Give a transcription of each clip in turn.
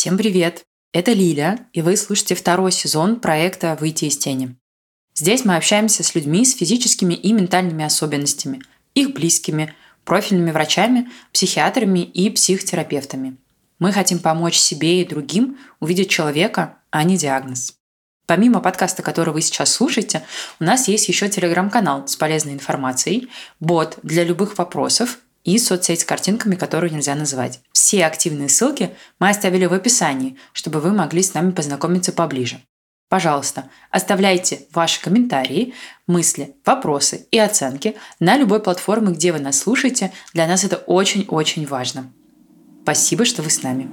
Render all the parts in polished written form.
Всем привет! Это Лиля, и вы слушаете второй сезон проекта «Выйти из тени». Здесь мы общаемся с людьми с физическими и ментальными особенностями, их близкими, профильными врачами, психиатрами и психотерапевтами. Мы хотим помочь себе и другим увидеть человека, а не диагноз. Помимо подкаста, который вы сейчас слушаете, у нас есть еще телеграм-канал с полезной информацией, бот для любых вопросов и соцсеть с картинками, которые нельзя называть. Все активные ссылки мы оставили в описании, чтобы вы могли с нами познакомиться поближе. Пожалуйста, оставляйте ваши комментарии, мысли, вопросы и оценки на любой платформе, где вы нас слушаете. Для нас это очень-очень важно. Спасибо, что вы с нами.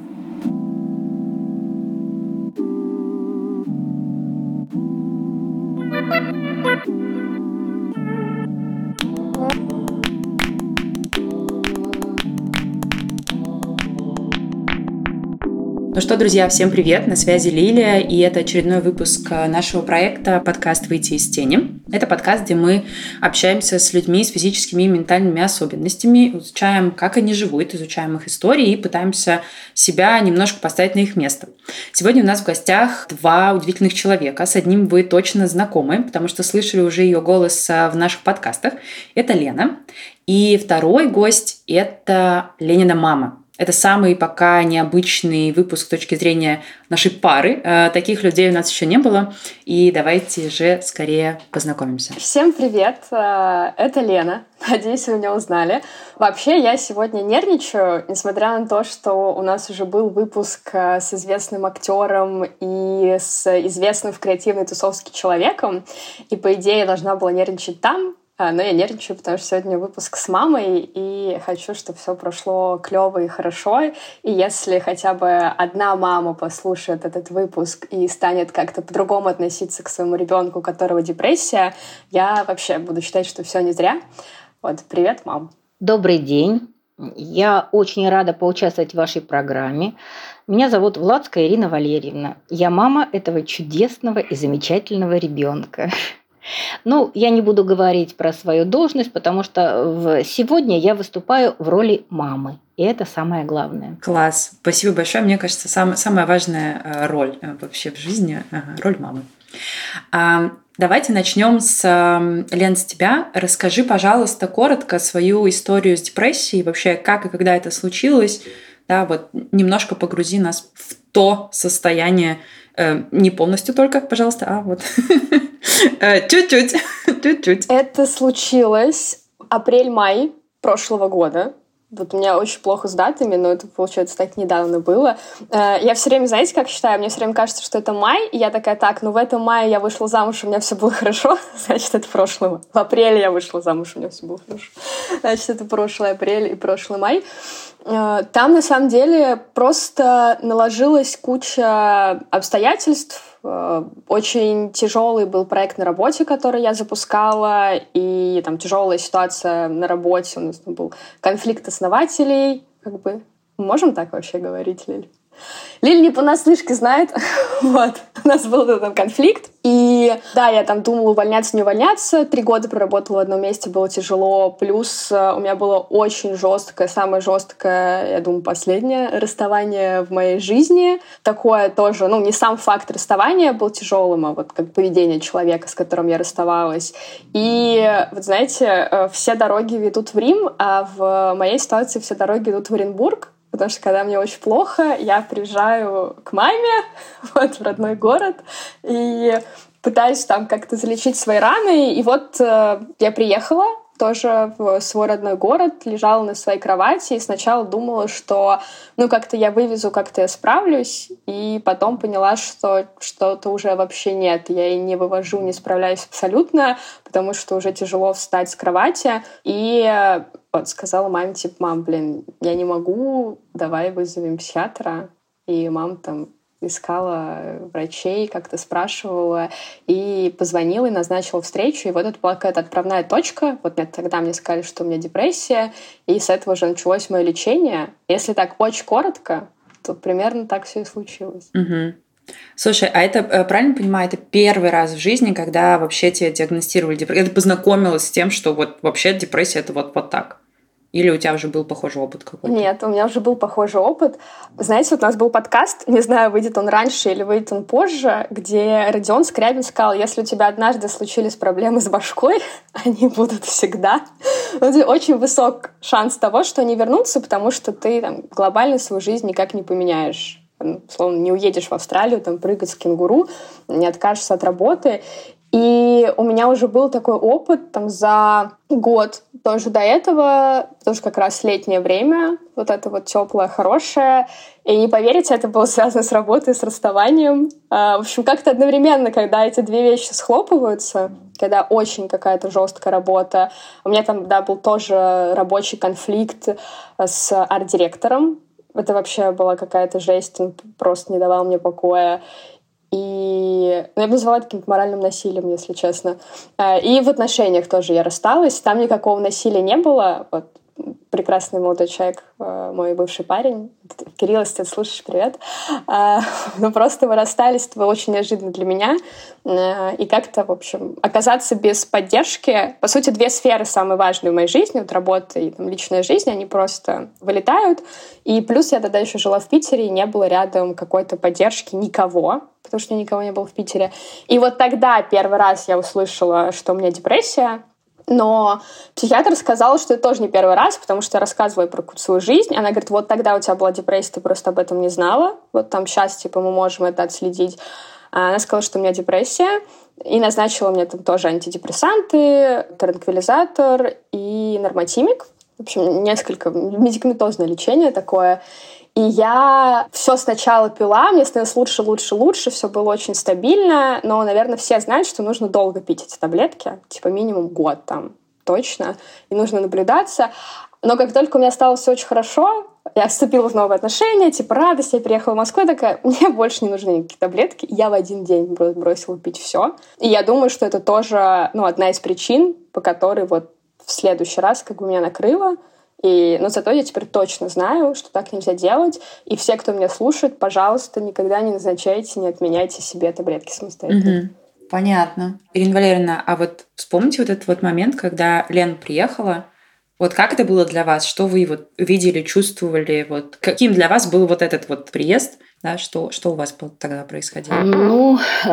Ну что, друзья, всем привет! На связи Лилия, и это очередной выпуск нашего проекта «Подкаст «Выйти из тени». Это подкаст, где мы общаемся с людьми с физическими и ментальными особенностями, изучаем, как они живут, изучаем их истории и пытаемся себя немножко поставить на их место. Сегодня у нас в гостях два удивительных человека. С одним вы точно знакомы, потому что слышали уже ее голос в наших подкастах. Это Лена. И второй гость – это Ленина мама. Это самый пока необычный выпуск с точки зрения нашей пары. Таких людей у нас еще не было. И давайте же скорее познакомимся. Всем привет! Это Лена. Надеюсь, вы меня узнали. Вообще, я сегодня нервничаю, несмотря на то, что у нас уже был выпуск с известным актером и с известным в креативной тусовке человеком. И, по идее, я должна была нервничать там. Но я нервничаю, потому что сегодня выпуск с мамой, и хочу, чтобы все прошло клево и хорошо. И если хотя бы одна мама послушает этот выпуск и станет как-то по-другому относиться к своему ребенку, у которого депрессия, я вообще буду считать, что все не зря. Вот, привет, мам. Добрый день. Я очень рада поучаствовать в вашей программе. Меня зовут Владская Ирина Валерьевна. Я мама этого чудесного и замечательного ребенка. Ну, я не буду говорить про свою должность, потому что сегодня я выступаю в роли мамы. И это самое главное. Класс. Спасибо большое. Мне кажется, самая важная роль вообще в жизни – роль мамы. Давайте начнем Лен, с тебя. Расскажи, пожалуйста, коротко свою историю с депрессией, вообще как и когда это случилось. Да, вот немножко погрузи нас в то состояние, не полностью только, пожалуйста, а вот чуть-чуть. Это случилось апрель-май прошлого года. Вот у меня очень плохо с датами, но это, получается, так недавно было. Я все время, знаете, как считаю? Мне все время кажется, что это май, и я такая, так, ну в этом мае я вышла замуж, у меня все было хорошо, значит, это прошлого. В апреле я вышла замуж, у меня все было хорошо. Значит, это прошлый апрель и прошлый май. Там, на самом деле, просто наложилась куча обстоятельств. Очень тяжелый был проект на работе, который я запускала, и там тяжелая ситуация на работе. У нас там был конфликт основателей. Как бы можем так вообще говорить, Лиль? Лиль не понаслышке знает. Вот. У нас был этот конфликт. И да, я там думала, увольняться, не увольняться. 3 года проработала в одном месте, было тяжело. Плюс у меня было очень жесткое, самое жесткое, я думаю, последнее расставание в моей жизни. Такое тоже, не сам факт расставания был тяжелым, а вот как поведение человека, с которым я расставалась. И вот знаете, все дороги ведут в Рим, а в моей ситуации все дороги ведут в Оренбург. Потому что когда мне очень плохо, я приезжаю к маме вот, в родной город и пытаюсь там как-то залечить свои раны. И вот я приехала тоже в свой родной город, лежала на своей кровати и сначала думала, что как-то я вывезу, как-то я справлюсь. И потом поняла, что что-то уже вообще нет. Я и не вывожу, не справляюсь абсолютно, потому что уже тяжело встать с кровати. И вот сказала маме, мам, я не могу, давай вызовем психиатра. И мама там искала врачей, как-то спрашивала, и позвонила, и назначила встречу. И вот это была какая-то отправная точка. Вот тогда мне сказали, что у меня депрессия, и с этого же началось мое лечение. Если так очень коротко, то примерно так все и случилось. Угу. Слушай, а это, правильно понимаю, это первый раз в жизни, когда вообще тебя диагностировали депрессию? Ты познакомилась с тем, что вот вообще депрессия – это вот так? Или у тебя уже был похожий опыт какой-то? Нет, у меня уже был похожий опыт. Знаете, вот у нас был подкаст, не знаю, выйдет он раньше или выйдет он позже, где Родион Скрябин сказал: если у тебя однажды случились проблемы с башкой, они будут всегда. Очень высок шанс того, что они вернутся, потому что ты там глобально свою жизнь никак не поменяешь. Словно не уедешь в Австралию там прыгать с кенгуру, не откажешься от работы. И у меня уже был такой опыт там за год тоже до этого, потому что как раз летнее время, вот это вот теплое, хорошее. И не поверите, это было связано с работой, с расставанием. В общем, как-то одновременно, когда эти две вещи схлопываются, когда очень какая-то жесткая работа. У меня там, да, был тоже рабочий конфликт с арт-директором. Это вообще была какая-то жесть, он просто не давал мне покоя. И я бы назвала это каким-то моральным насилием, если честно. И в отношениях тоже я рассталась. Там никакого насилия не было. Вот прекрасный молодой человек, мой бывший парень. Кирилл, если ты слушаешь, привет. Ну, просто мы расстались, это было очень неожиданно для меня. И как-то, в общем, оказаться без поддержки. По сути, две сферы самые важные в моей жизни, вот работа и там, личная жизнь, они просто вылетают. И плюс я тогда еще жила в Питере, и не было рядом какой-то поддержки никого, потому что никого не было в Питере. И вот тогда первый раз я услышала, что у меня депрессия. Но психиатр сказал, что это тоже не первый раз, потому что я рассказываю про свою жизнь. Она говорит: вот тогда у тебя была депрессия, ты просто об этом не знала. Вот там сейчас, типа, мы можем это отследить. Она сказала, что у меня депрессия, и назначила мне там тоже антидепрессанты, транквилизатор и нормотимик. В общем, несколько медикаментозное лечение такое. И я все сначала пила, мне становилось лучше, все было очень стабильно, но, наверное, все знают, что нужно долго пить эти таблетки, типа минимум год там точно, и нужно наблюдаться. Но как только у меня стало все очень хорошо, я вступила в новые отношения, типа радость, я переехала в Москву, такая: мне больше не нужны никакие таблетки. И я в один день бросила пить все. И я думаю, что это тоже одна из причин, по которой вот в следующий раз как бы меня накрыло. Но зато я теперь точно знаю, что так нельзя делать. И все, кто меня слушает, пожалуйста, никогда не назначайте, не отменяйте себе таблетки самостоятельно. Угу. Понятно. Ирина Валерьевна, а вот вспомните вот этот вот момент, когда Лена приехала. Вот как это было для вас? Что вы вот видели, чувствовали? Вот каким для вас был вот этот вот приезд? Да, что у вас тогда происходило? Ну,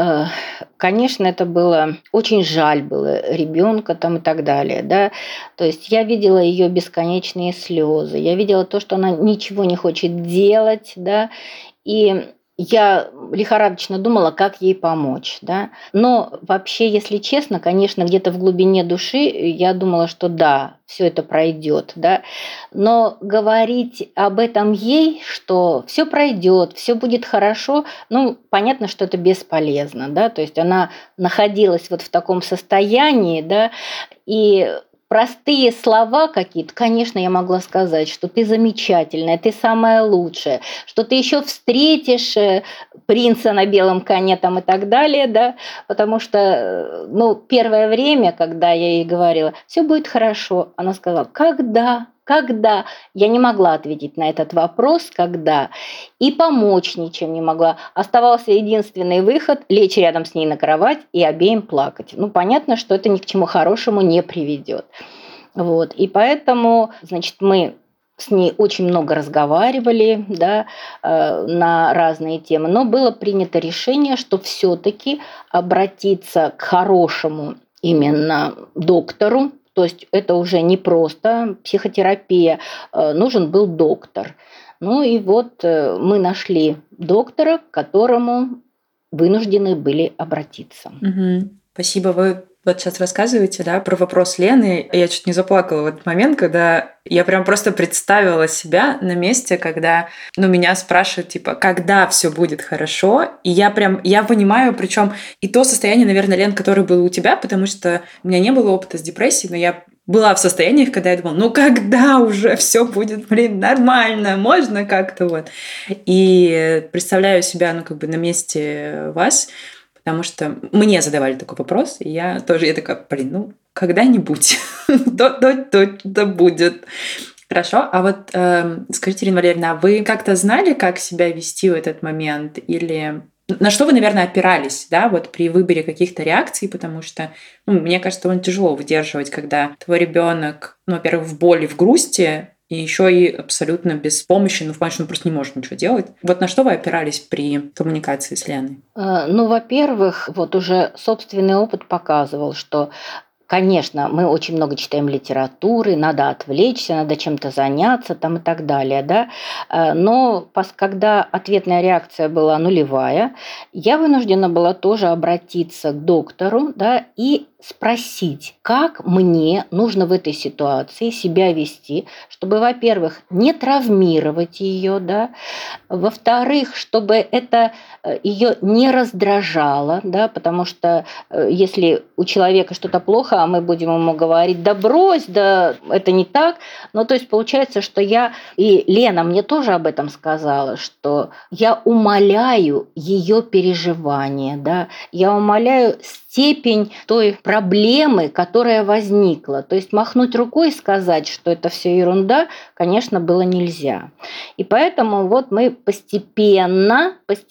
конечно, это было очень жаль было ребенка там и так далее, да. То есть я видела ее бесконечные слезы, я видела то, что она ничего не хочет делать, да, и я лихорадочно думала, как ей помочь, да. Но вообще, если честно, конечно, где-то в глубине души я думала, что да, все это пройдет, да. Но говорить об этом ей, что все пройдет, все будет хорошо, понятно, что это бесполезно, да. То есть она находилась вот в таком состоянии, да, и простые слова какие-то, конечно, я могла сказать, что ты замечательная, ты самая лучшая, что ты еще встретишь принца на белом коне там и так далее, да, потому что, первое время, когда я ей говорила, все будет хорошо, она сказала: когда? Когда? Я не могла ответить на этот вопрос, когда, и помочь ничем не могла. Оставался единственный выход – лечь рядом с ней на кровать и обеим плакать. Понятно, что это ни к чему хорошему не приведет. Вот. И поэтому, значит, мы с ней очень много разговаривали, да, на разные темы, но было принято решение, что все-таки обратиться к хорошему именно доктору. То есть это уже не просто психотерапия, нужен был доктор. И вот мы нашли доктора, к которому вынуждены были обратиться. Угу. Спасибо. Вы вот сейчас рассказываете, да, про вопрос Лены. Я чуть не заплакала в этот момент, когда я прям просто представила себя на месте, когда, меня спрашивают, типа, когда все будет хорошо. И я понимаю, причем и то состояние, наверное, Лен, которое было у тебя, потому что у меня не было опыта с депрессией, но я была в состояниях, когда я думала: когда уже все будет, нормально, можно как-то вот. И представляю себя, на месте вас, потому что мне задавали такой вопрос, и я такая: когда-нибудь, да будет. Хорошо, а вот скажите, Ирина Валерьевна, а вы как-то знали, как себя вести в этот момент? Или На что вы, наверное, опирались, да, вот при выборе каких-то реакций, потому что, мне кажется, довольно тяжело выдерживать, когда твой ребенок, во-первых, в боли, в грусти, и еще и абсолютно беспомощен, в плане, что он просто не может ничего делать. Вот на что вы опирались при коммуникации с Леной? Во-первых, вот уже собственный опыт показывал, что конечно, мы очень много читаем литературы, надо отвлечься, надо чем-то заняться там и так далее, да. Но когда ответная реакция была нулевая, я вынуждена была тоже обратиться к доктору, да, и спросить, как мне нужно в этой ситуации себя вести, чтобы, во-первых, не травмировать ее, да, во-вторых, чтобы это ее не раздражало, да, потому что если у человека что-то плохо, а мы будем ему говорить: да брось, да это не так. То есть получается, что и Лена мне тоже об этом сказала, что я умаляю ее переживания, да, я умаляю степень той проблемы, которая возникла. То есть махнуть рукой и сказать, что это все ерунда, конечно, было нельзя. И поэтому вот мы постепенно,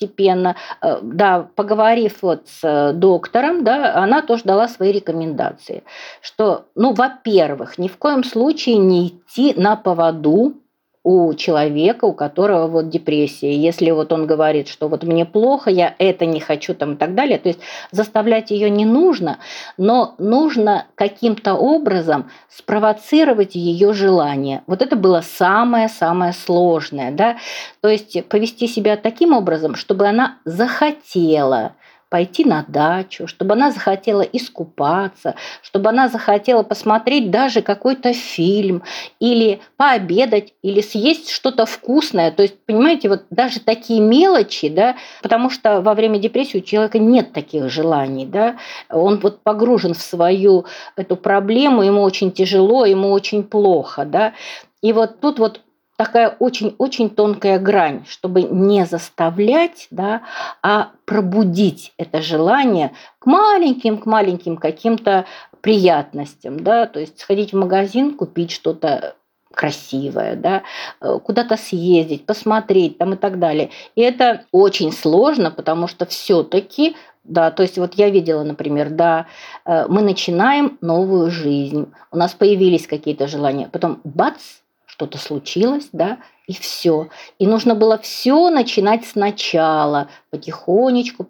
да, поговорив вот с доктором, да, она тоже дала свои рекомендации, что, во-первых, ни в коем случае не идти на поводу у человека, у которого вот депрессия. Если вот он говорит, что вот мне плохо, я это не хочу там и так далее, то есть заставлять ее не нужно, но нужно каким-то образом спровоцировать ее желание. Вот это было самое-самое сложное, да, то есть повести себя таким образом, чтобы она захотела пойти на дачу, чтобы она захотела искупаться, чтобы она захотела посмотреть даже какой-то фильм или пообедать, или съесть что-то вкусное. То есть, понимаете, вот даже такие мелочи, да, потому что во время депрессии у человека нет таких желаний, да, он вот погружен в свою эту проблему, ему очень тяжело, ему очень плохо, да, и вот тут вот такая очень-очень тонкая грань, чтобы не заставлять, да, а пробудить это желание к маленьким каким-то приятностям, да, то есть сходить в магазин, купить что-то красивое, да, куда-то съездить, посмотреть там и так далее. И это очень сложно, потому что все-таки, да, то есть вот я видела, например, да, мы начинаем новую жизнь, у нас появились какие-то желания, потом бац, что-то случилось, да, и все. И нужно было все начинать сначала, потихонечку.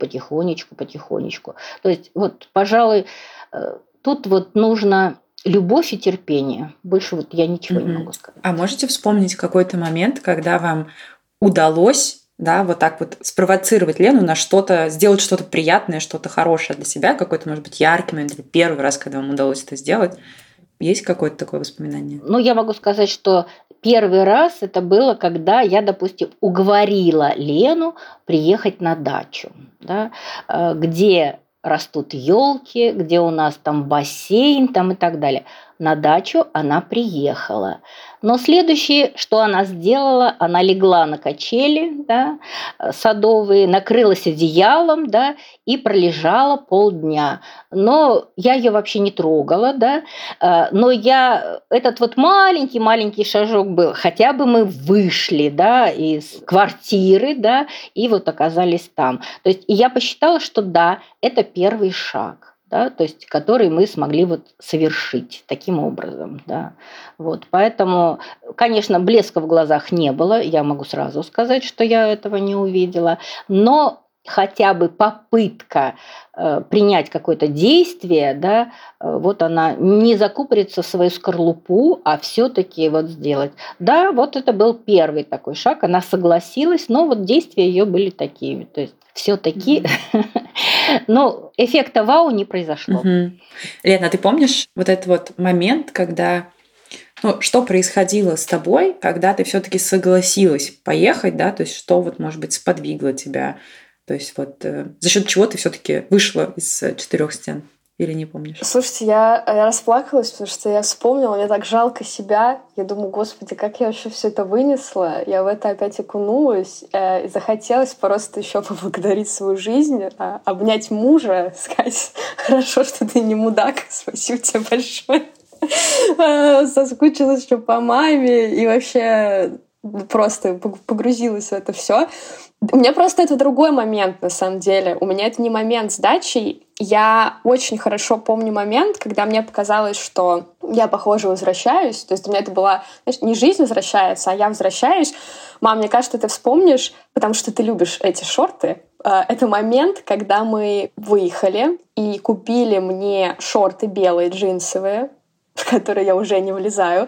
То есть вот, пожалуй, тут вот нужно любовь и терпение. Больше вот я ничего не могу сказать. А можете вспомнить какой-то момент, когда вам удалось, да, вот так вот спровоцировать Лену на что-то, сделать что-то приятное, что-то хорошее для себя, какой-то, может быть, яркий момент, или первый раз, когда вам удалось это сделать? Есть какое-то такое воспоминание? Я могу сказать, что первый раз это было, когда я, допустим, уговорила Лену приехать на дачу, да, где растут елки, где у нас там бассейн там и так далее. На дачу она приехала. Но следующее, что она сделала, она легла на качели, да, садовые, накрылась одеялом, да, и пролежала полдня. Но я ее вообще не трогала, да, но этот вот маленький шажок был, хотя бы мы вышли, да, из квартиры, да, и вот оказались там. То есть я посчитала, что да, это первый шаг. Да, то есть, который мы смогли вот совершить таким образом. Да. Вот, поэтому, конечно, блеска в глазах не было, я могу сразу сказать, что я этого не увидела, но хотя бы попытка принять какое-то действие, да, вот она не закупорится в свою скорлупу, а все-таки вот сделать. Да, вот это был первый такой шаг, она согласилась, но вот действия ее были такими, то есть все-таки, но эффекта вау не произошло. Лена, ты помнишь вот этот вот момент, когда, что происходило с тобой, когда ты все-таки согласилась поехать, да, то есть что вот, может быть, сподвигло тебя, то есть вот за счет чего ты все-таки вышла из 4 стен? Или не помнишь? Слушайте, я расплакалась, потому что я вспомнила, мне так жалко себя. Я думаю, господи, как я вообще все это вынесла. Я в это опять окунулась. И захотелось просто еще поблагодарить свою жизнь, обнять мужа, сказать: хорошо, что ты не мудак, спасибо тебе большое. Соскучилась еще по маме и вообще просто погрузилась в это все. У меня просто это другой момент, на самом деле. У меня это не момент сдачи. Я очень хорошо помню момент, когда мне показалось, что я, похоже, возвращаюсь. То есть у меня это была, знаешь, не жизнь возвращается, а я возвращаюсь. Мам, мне кажется, ты вспомнишь, потому что ты любишь эти шорты. Это момент, когда мы выехали и купили мне шорты белые, джинсовые, в которые я уже не влезаю,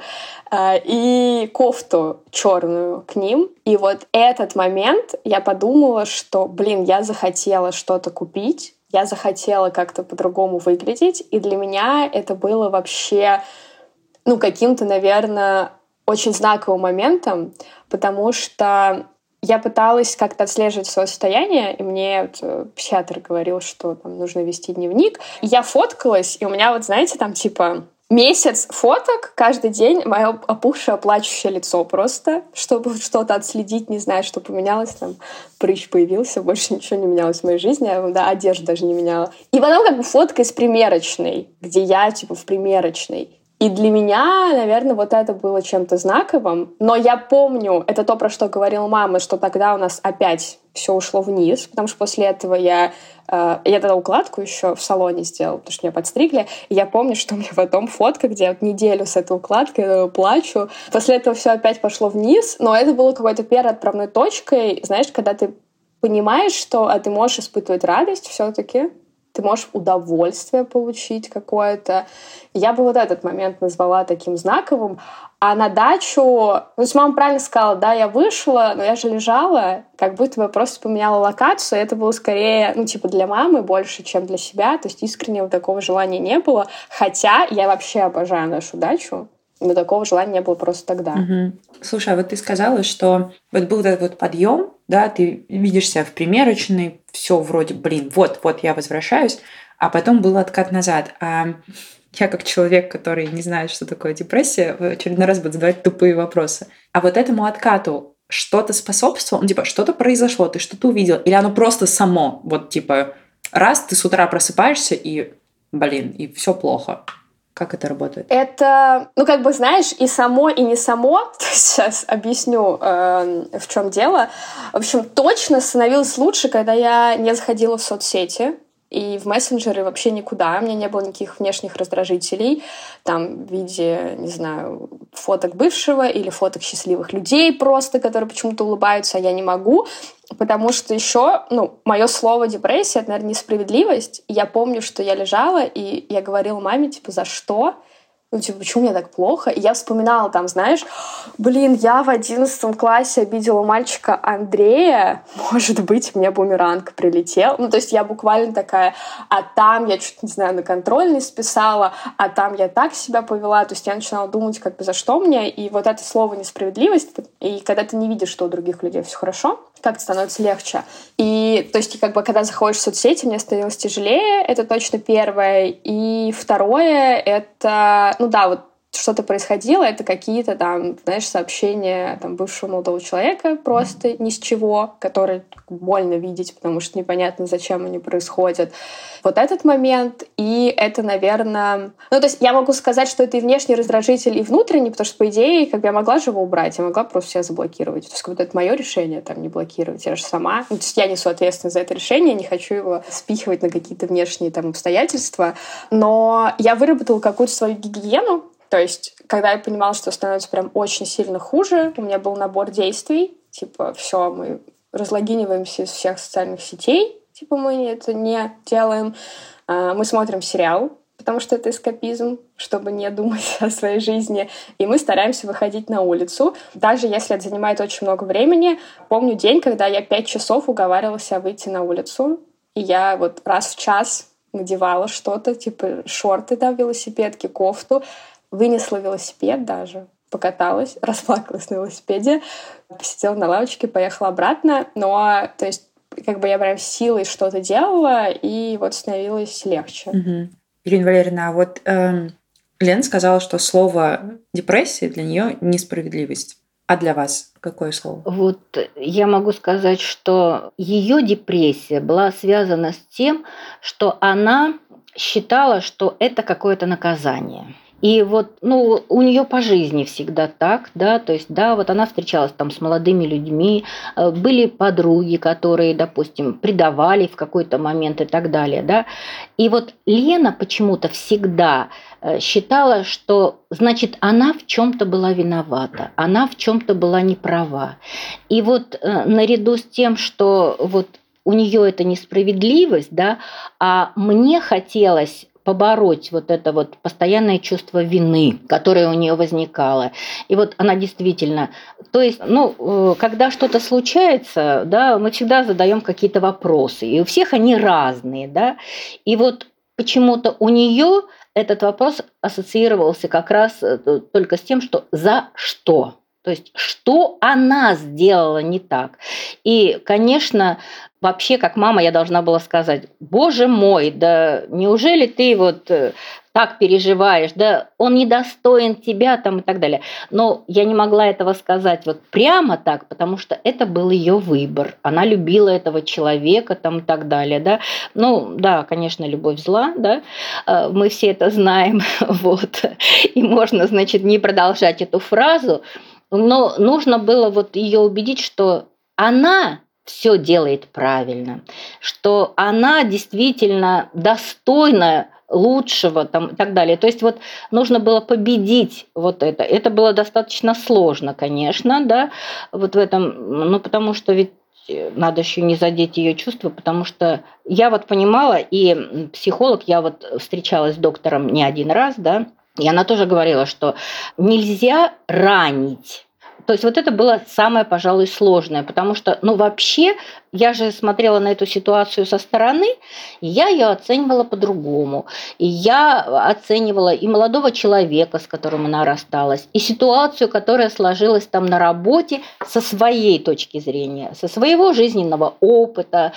и кофту черную к ним. И вот этот момент я подумала, что, я захотела что-то купить, я захотела как-то по-другому выглядеть, и для меня это было вообще, каким-то, наверное, очень знаковым моментом, потому что я пыталась как-то отслеживать свое состояние, и мне психиатр говорил, что там нужно вести дневник. И я фоткалась, и у меня знаете, там месяц фоток, каждый день мое опухшее, плачущее лицо просто, чтобы что-то отследить, не знаю, что поменялось, там прыщ появился, больше ничего не менялось в моей жизни, одежду даже не меняла. И потом фотка из примерочной, где я в примерочной. И для меня, наверное, вот это было чем-то знаковым. Но я помню, это то, про что говорила мама, что тогда у нас опять все ушло вниз, потому что после этого я тогда укладку еще в салоне сделала, потому что меня подстригли. И я помню, что у меня потом фотка, где я неделю с этой укладкой плачу. После этого все опять пошло вниз, но это было какой-то первой отправной точкой, знаешь, когда ты понимаешь, что ты можешь испытывать радость все-таки, ты можешь удовольствие получить какое-то. Я бы вот этот момент назвала таким знаковым. А на дачу... мама правильно сказала, да, я вышла, но я же лежала, как будто бы просто поменяла локацию. Это было скорее, для мамы больше, чем для себя. То есть искреннего такого желания не было. Хотя я вообще обожаю нашу дачу. Но такого желания не было просто тогда. Угу. Слушай, а вот ты сказала, что вот был этот подъем, да, ты видишь себя в примерочной, все вроде, вот я возвращаюсь, а потом был откат назад. А я как человек, который не знает, что такое депрессия, в очередной раз буду задавать тупые вопросы. А вот этому откату что-то способствовало? Что-то произошло, ты что-то увидел? Или оно просто само? Раз ты с утра просыпаешься и, и все плохо. Как это работает? Это, знаешь, и само, и не само. Сейчас объясню, в чем дело. В общем, точно становилось лучше, когда я не заходила в соцсети и в мессенджеры вообще никуда. У меня не было никаких внешних раздражителей, там, в виде, не знаю, фоток бывшего или фоток счастливых людей просто, которые почему-то улыбаются, а я не могу. Потому что еще, мое слово депрессия — это, наверное, несправедливость. И я помню, что я лежала, и я говорила маме, за что? Почему мне так плохо? И я вспоминала знаешь, я в 11 классе обидела мальчика Андрея, может быть, мне бумеранг прилетел. То есть я буквально такая, а там я чуть, не знаю, на контрольный списала, а там я так себя повела. То есть я начинала думать, за что мне. И вот это слово несправедливость, и когда ты не видишь, что у других людей все хорошо, как-то становится легче. И, то есть, когда заходишь в соцсети, мне становилось тяжелее, это точно первое. И второе, это, что-то происходило, это какие-то сообщения бывшего молодого человека просто ни с чего, которые больно видеть, потому что непонятно, зачем они происходят. Вот этот момент, и это, наверное... то есть я могу сказать, что это и внешний раздражитель, и внутренний, потому что, по идее, я могла же его убрать, я могла просто себя заблокировать. То есть это мое решение, не блокировать, я же сама. То есть я несу ответственность за это решение, не хочу его спихивать на какие-то внешние обстоятельства. Но я выработала какую-то свою гигиену. То есть, когда я понимала, что становится прям очень сильно хуже, у меня был набор действий, все, мы разлогиниваемся из всех социальных сетей, мы это не делаем, мы смотрим сериал, потому что это эскапизм, чтобы не думать о своей жизни, и мы стараемся выходить на улицу, даже если это занимает очень много времени. Помню день, когда я 5 часов уговаривала себя выйти на улицу, и я раз в час надевала что-то, шорты, велосипедки, кофту, вынесла велосипед даже, покаталась, расплакалась на велосипеде, посидела на лавочке, поехала обратно. Но, то есть, я прям силой что-то делала, и становилось легче. Угу. Ирина Валерьевна, а вот Лена сказала, что слово депрессия для нее несправедливость. А для вас какое слово? Вот я могу сказать, что ее депрессия была связана с тем, что она считала, что это какое-то наказание. И вот, у нее по жизни всегда так, да, то есть, да, вот она встречалась там с молодыми людьми, были подруги, которые, допустим, предавали в какой-то момент и так далее, да. И вот Лена почему-то всегда считала, что, значит, она в чем-то была виновата, она в чем-то была неправа. И вот наряду с тем, что вот у нее это несправедливость, да, а мне хотелось побороть вот это вот постоянное чувство вины, которое у нее возникало. И вот она действительно, то есть, когда что-то случается, да, мы всегда задаем какие-то вопросы, и у всех они разные, да, и вот почему-то у нее этот вопрос ассоциировался как раз только с тем, что за что. То есть, что она сделала не так. И, конечно, вообще, как мама, я должна была сказать: боже мой, да неужели ты вот так переживаешь, да он недостоин тебя там и так далее. Но я не могла этого сказать вот прямо так, потому что это был ее выбор. Она любила этого человека там и так далее, да. Да, конечно, любовь зла, да, мы все это знаем, вот. И можно, значит, не продолжать эту фразу, но нужно было вот ее убедить, что она все делает правильно, что она действительно достойна лучшего там, и так далее. То есть вот нужно было победить вот это. Это было достаточно сложно, конечно, да, вот в этом, потому что ведь надо еще не задеть ее чувства, потому что я вот понимала, и психолог, я вот встречалась с доктором не один раз, да, и она тоже говорила, что нельзя ранить. То есть вот это было самое, пожалуй, сложное, потому что, вообще, я же смотрела на эту ситуацию со стороны, и я ее оценивала по-другому. И я оценивала и молодого человека, с которым она рассталась, и ситуацию, которая сложилась там на работе со своей точки зрения, со своего жизненного опыта,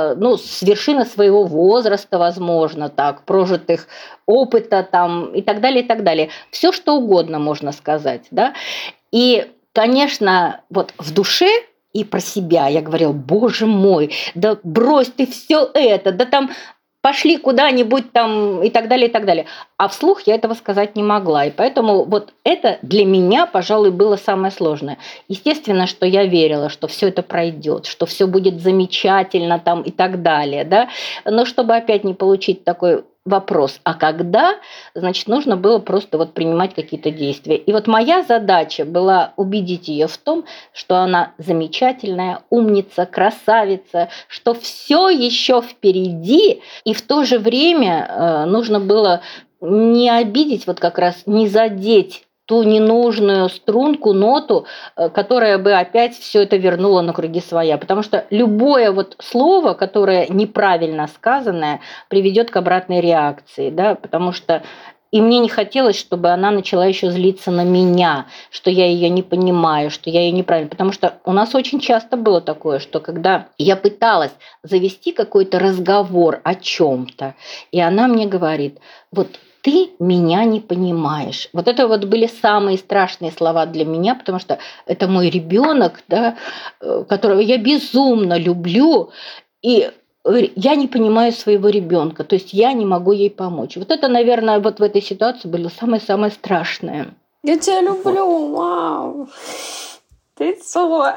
с вершины своего возраста, возможно, так, прожитых опыта там и так далее, и так далее. Все что угодно можно сказать, да. И конечно, вот в душе и про себя я говорила: боже мой, да брось ты все это, да там пошли куда-нибудь там и так далее, и так далее. А вслух я этого сказать не могла. И поэтому вот это для меня, пожалуй, было самое сложное. Естественно, что я верила, что все это пройдет, что все будет замечательно там и так далее, да. Но чтобы опять не получить такой вопрос, а когда, значит, нужно было просто вот принимать какие-то действия. И вот моя задача была убедить ее в том, что она замечательная, умница, красавица, что все еще впереди, и в то же время нужно было не обидеть, вот как раз не задеть ту ненужную струнку, ноту, которая бы опять все это вернула на круги своя. Потому что любое вот слово, которое неправильно сказанное, приведет к обратной реакции, да, потому что и мне не хотелось, чтобы она начала еще злиться на меня, что я ее не понимаю, что я ее неправильно. Потому что у нас очень часто было такое, что когда я пыталась завести какой-то разговор о чем-то, и она мне говорит: вот ты меня не понимаешь. Вот это вот были самые страшные слова для меня, потому что это мой ребенок, да, которого я безумно люблю, и я не понимаю своего ребенка, то есть я не могу ей помочь. Вот это, наверное, вот в этой ситуации было самое-самое страшное. Я тебя люблю, мам. Ты что?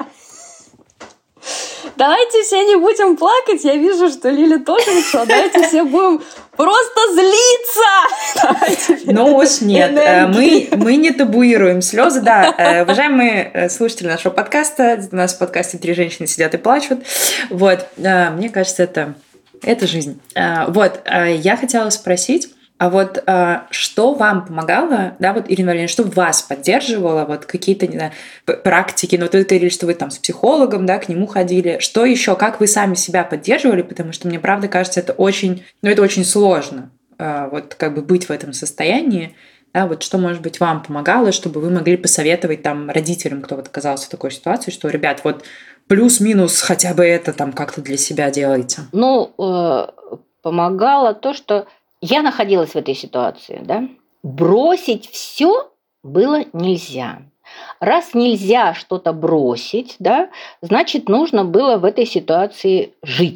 Давайте все не будем плакать. Я вижу, что Лиля тоже начала. Давайте все будем просто злиться. Ну уж нет, мы не табуируем слезы. Да, уважаемые слушатели нашего подкаста, у нас в подкасте 3 женщины сидят и плачут. Вот, мне кажется, это жизнь. Вот, я хотела спросить, а вот что вам помогало, да, вот, Ирина Валерьевна, что вас поддерживало, вот какие-то, не знаю, практики, вот вы говорили, что вы там с психологом, да, к нему ходили, что еще, как вы сами себя поддерживали, потому что мне правда кажется, это очень сложно, вот как бы быть в этом состоянии, да, вот что, может быть, вам помогало, чтобы вы могли посоветовать там родителям, кто вот оказался в такой ситуации, что, ребят, вот плюс-минус хотя бы это там как-то для себя делайте. Помогало то, что я находилась в этой ситуации, да. Бросить все было нельзя. Раз нельзя что-то бросить, да, значит, нужно было в этой ситуации жить.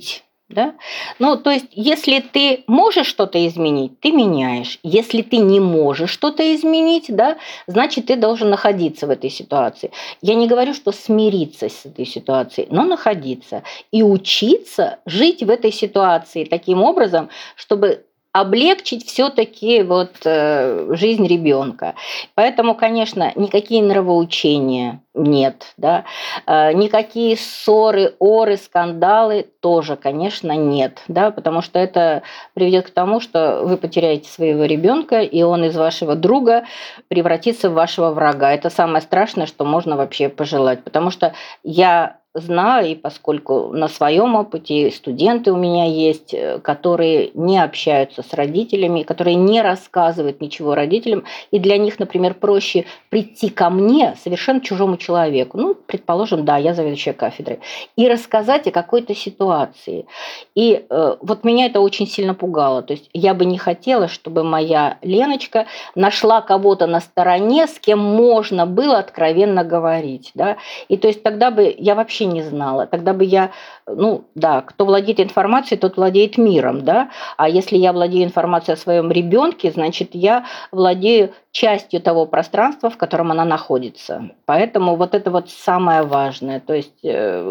Да? Ну, то есть, если ты можешь что-то изменить, ты меняешь. Если ты не можешь что-то изменить, да, значит, ты должен находиться в этой ситуации. Я не говорю, что смириться с этой ситуацией, но находиться и учиться жить в этой ситуации таким образом, чтобы облегчить все-таки жизнь ребенка. Поэтому, конечно, никакие нравоучения нет, да, никакие ссоры, оры, скандалы тоже, конечно, нет, да, потому что это приведет к тому, что вы потеряете своего ребенка, и он из вашего друга превратится в вашего врага. Это самое страшное, что можно вообще пожелать, потому что я знаю, и поскольку на своем опыте студенты у меня есть, которые не общаются с родителями, которые не рассказывают ничего родителям, и для них, например, проще прийти ко мне, совершенно чужому человеку, ну, предположим, да, я заведующая кафедрой, и рассказать о какой-то ситуации. И вот меня это очень сильно пугало. То есть я бы не хотела, чтобы моя Леночка нашла кого-то на стороне, с кем можно было откровенно говорить, да, и то есть тогда бы я вообще не знала. Тогда бы я, ну да, кто владеет информацией, тот владеет миром, да. А если я владею информацией о своем ребенке, значит, я владею частью того пространства, в котором она находится. Поэтому вот это вот самое важное. То есть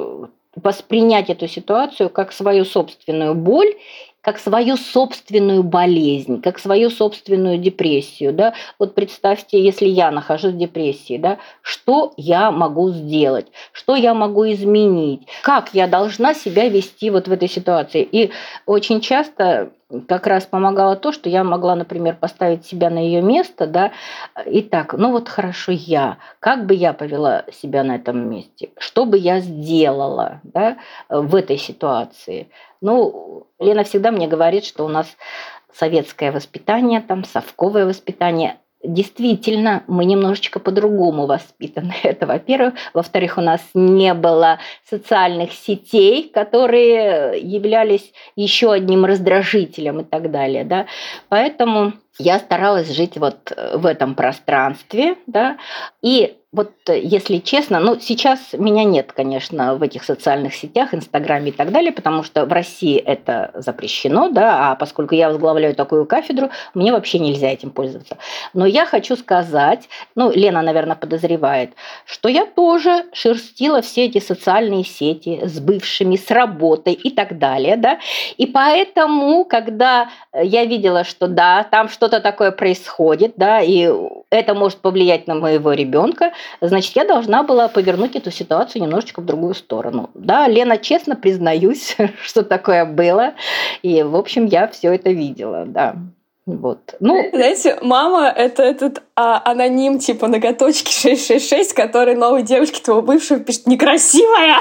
воспринять эту ситуацию как свою собственную боль, как свою собственную болезнь, как свою собственную депрессию. Да? Вот представьте, если я нахожусь в депрессии, да, что я могу сделать, что я могу изменить, как я должна себя вести вот в этой ситуации. И очень часто как раз помогало то, что я могла, например, поставить себя на ее место, да, и так, ну вот хорошо как бы я повела себя на этом месте, что бы я сделала, да, в этой ситуации. Ну, Лена всегда мне говорит, что у нас советское воспитание, там, совковое воспитание. Действительно, мы немножечко по-другому воспитаны. Это, во-первых. Во-вторых, у нас не было социальных сетей, которые являлись еще одним раздражителем и так далее. Да? Поэтому я старалась жить вот в этом пространстве. Да? И вот, если честно, ну, сейчас меня нет, конечно, в этих социальных сетях, Инстаграме и так далее, потому что в России это запрещено, да, а поскольку я возглавляю такую кафедру, мне вообще нельзя этим пользоваться. Но я хочу сказать, ну, Лена, наверное, подозревает, что я тоже шерстила все эти социальные сети с бывшими, с работой и так далее, да, и поэтому, когда я видела, что да, там что-то такое происходит, да, и это может повлиять на моего ребенка, значит, я должна была повернуть эту ситуацию немножечко в другую сторону. Да, Лена, честно признаюсь, что такое было. И, в общем, я все это видела, да. Вот. Ну, знаете, мама — это этот аноним типа ноготочки 666, который новой девушке твоего бывшего пишет: некрасивая!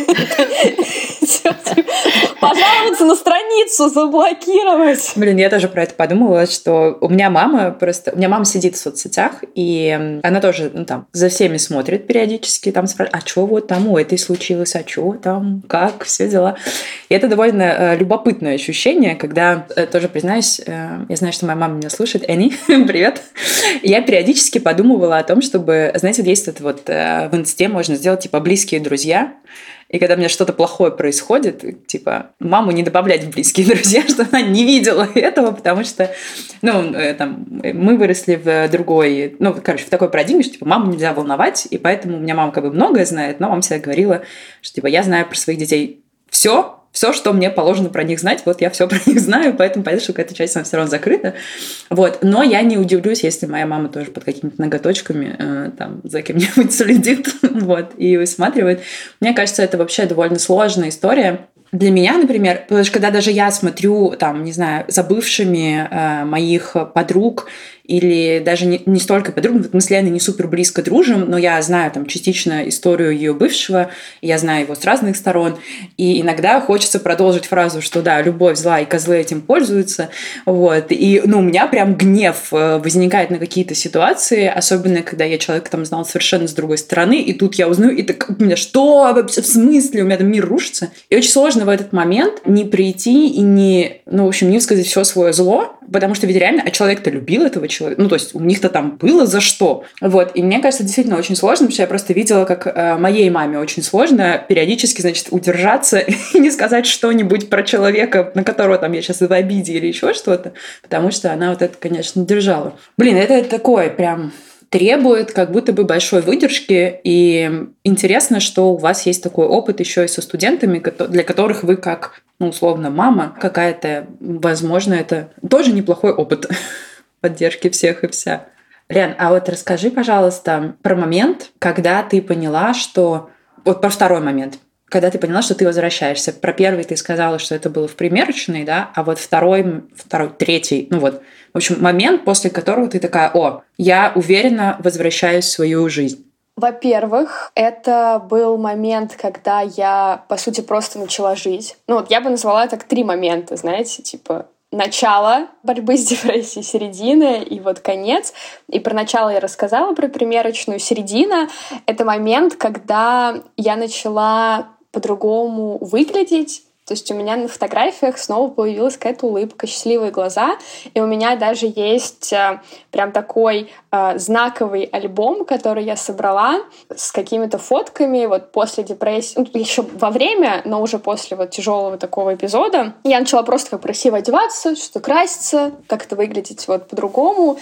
Пожаловаться на страницу, заблокировать. Блин, я тоже про это подумала, что у меня мама сидит в соцсетях, и она тоже, ну, там, за всеми смотрит периодически, там спрашивает: а что вот там у этой случилось, а что там, как, все дела. И это довольно любопытное ощущение, когда, тоже признаюсь, я знаю, что моя мама меня слушает. Энни, привет. Я периодически подумывала о том, чтобы, знаете, есть это вот в Инсте можно сделать типа близкие друзья. И когда у меня что-то плохое происходит, типа, маму не добавлять в близкие друзья, что она не видела этого, потому что, ну, там, мы выросли в другой, ну, короче, в такой парадигме, что, типа, маму нельзя волновать, и поэтому у меня мама как бы многое знает, но мама всегда говорила, что, типа, я знаю про своих детей все, что мне положено про них знать, вот я все про них знаю, поэтому понятно, что какая-то часть она все равно закрыта. Вот. Но я не удивлюсь, если моя мама тоже под какими-то ноготочками там за кем-нибудь следит вот, и высматривает. Мне кажется, это вообще довольно сложная история. Для меня, например, потому что когда даже я смотрю, там, не знаю, за бывшими моих подруг, или даже не столько подруг, мы с Леной не супер близко дружим, но я знаю там частично историю ее бывшего, я знаю его с разных сторон, и иногда хочется продолжить фразу, что да, любовь зла, и козлы этим пользуются, вот, и, ну, у меня прям гнев возникает на какие-то ситуации, особенно когда я человека там знала совершенно с другой стороны, и тут я узнаю, и так, у меня что вообще, в смысле, у меня там мир рушится, и очень сложно в этот момент не прийти и не, ну, в общем, не высказать все свое зло, Потому что ведь реально, а человек-то любил этого человека. Ну, то есть у них-то там было за что. Вот. И мне кажется, действительно очень сложно, потому что я просто видела, как моей маме очень сложно периодически, значит, удержаться и не сказать что-нибудь про человека, на которого там я сейчас в обиде или еще что-то, потому что она вот это, конечно, держала. Блин, это такое прям требует как будто бы большой выдержки. И интересно, что у вас есть такой опыт еще и со студентами, для которых вы как, ну, условно, мама какая-то, возможно, это тоже неплохой опыт поддержки всех и вся. Лен, а вот расскажи, пожалуйста, про момент, когда ты поняла, что... Вот про второй момент. Когда ты поняла, что ты возвращаешься. Про первый ты сказала, что это было в примерочной, да? А вот второй, третий, ну вот, в общем, момент, после которого ты такая: о, я уверенно возвращаюсь в свою жизнь. Во-первых, это был момент, когда я, по сути, просто начала жить. Ну вот я бы назвала так 3 момента, знаете, типа начало борьбы с депрессией, середина и вот конец. И про начало я рассказала, про примерочную. Середина — это момент, когда я начала по-другому выглядеть. То есть у меня на фотографиях снова появилась какая-то улыбка, счастливые глаза. И у меня даже есть прям такой знаковый альбом, который я собрала с какими-то фотками вот после депрессии. Ну, еще во время, но уже после вот тяжелого такого эпизода. Я начала просто как красиво одеваться, что-то краситься, как-то выглядеть вот по-другому.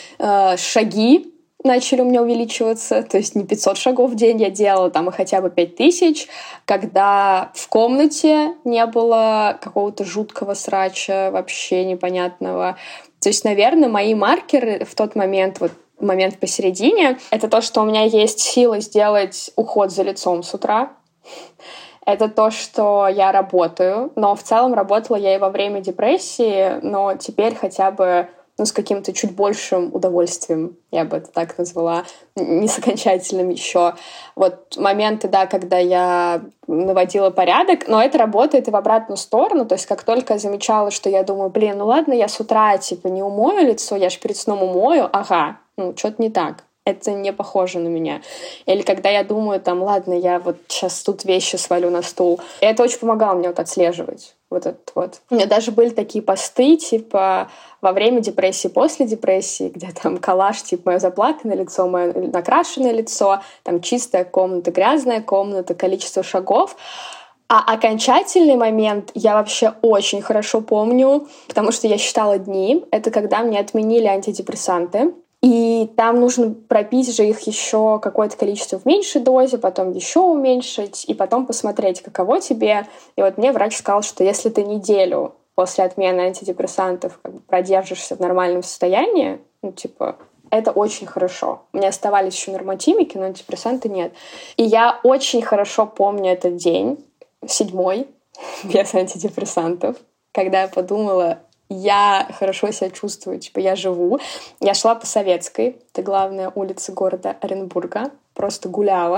Шаги начали у меня увеличиваться, то есть не 500 шагов в день я делала, там и хотя бы 5000, когда в комнате не было какого-то жуткого срача, вообще непонятного. То есть, наверное, мои маркеры в тот момент, вот момент посередине, это то, что у меня есть сила сделать уход за лицом с утра. Это то, что я работаю, но в целом работала я и во время депрессии, но теперь хотя бы с каким-то чуть большим удовольствием, я бы это так назвала, не с окончательным еще. Вот моменты, да, когда я наводила порядок, но это работает и в обратную сторону, то есть как только я замечала, что я думаю, блин, ну ладно, я с утра типа не умою лицо, я же перед сном умою, ага, ну что-то не так. Это не похоже на меня. Или когда я думаю, там, ладно, я вот сейчас тут вещи свалю на стул. И это очень помогало мне вот отслеживать вот этот вот. У меня даже были такие посты, типа, во время депрессии, после депрессии, где там коллаж, типа, мое заплаканное лицо, мое накрашенное лицо, там чистая комната, грязная комната, количество шагов. А окончательный момент я вообще очень хорошо помню, потому что я считала дни. Это когда мне отменили антидепрессанты. И там нужно пропить же их еще какое-то количество в меньшей дозе, потом еще уменьшить, и потом посмотреть, каково тебе. И вот мне врач сказал, что если ты неделю после отмены антидепрессантов как бы продержишься в нормальном состоянии, ну, типа, это очень хорошо. У меня оставались еще нормотимики, но антидепрессанты нет. И я очень хорошо помню этот день, 7-й, без антидепрессантов, когда я подумала, я хорошо себя чувствую, типа я живу. Я шла по Советской, это главная улица города Оренбурга, просто гуляла.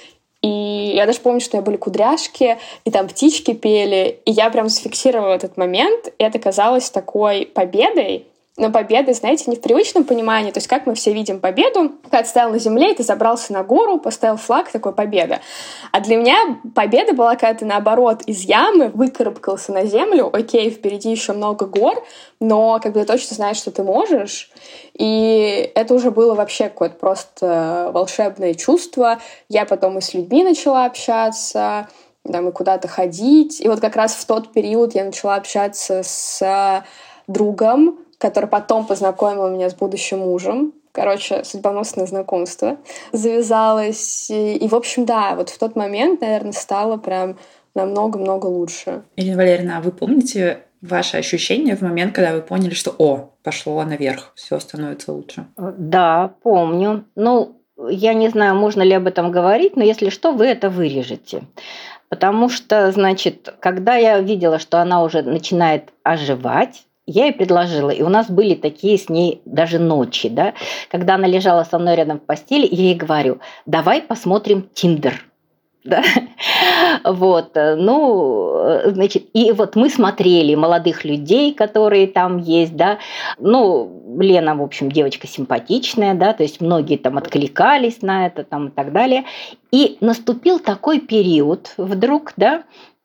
И я даже помню, что у меня были кудряшки, и там птички пели, и я прям зафиксировала этот момент, и это казалось такой победой. Но победы, знаете, не в привычном понимании, то есть как мы все видим победу, когда ты стоял на земле, ты забрался на гору, поставил флаг, такой победа. А для меня победа была, когда ты, наоборот, из ямы выкарабкался на землю, окей, впереди еще много гор, но как бы ты точно знаешь, что ты можешь, и это уже было вообще какое-то просто волшебное чувство. Я потом и с людьми начала общаться, там, и куда-то ходить, и вот как раз в тот период я начала общаться с другом, который потом познакомил меня с будущим мужем. Короче, судьбоносное знакомство завязалось. И в общем, да, вот в тот момент, наверное, стало прям намного-много лучше. Ирина Валерьевна, а вы помните ваши ощущения в момент, когда вы поняли, что пошло наверх, все становится лучше? Да, помню. Ну, я не знаю, можно ли об этом говорить, но если что, вы это вырежете. Потому что, значит, когда я видела, что она уже начинает оживать, я ей предложила, и у нас были такие с ней даже ночи, да, когда она лежала со мной рядом в постели, я ей говорю, давай посмотрим Тиндер. Да? Вот, ну, значит, и вот мы смотрели молодых людей, которые там есть, да, ну, Лена, в общем, девочка симпатичная, да, то есть многие там откликались на это там и так далее. И наступил такой период вдруг, да,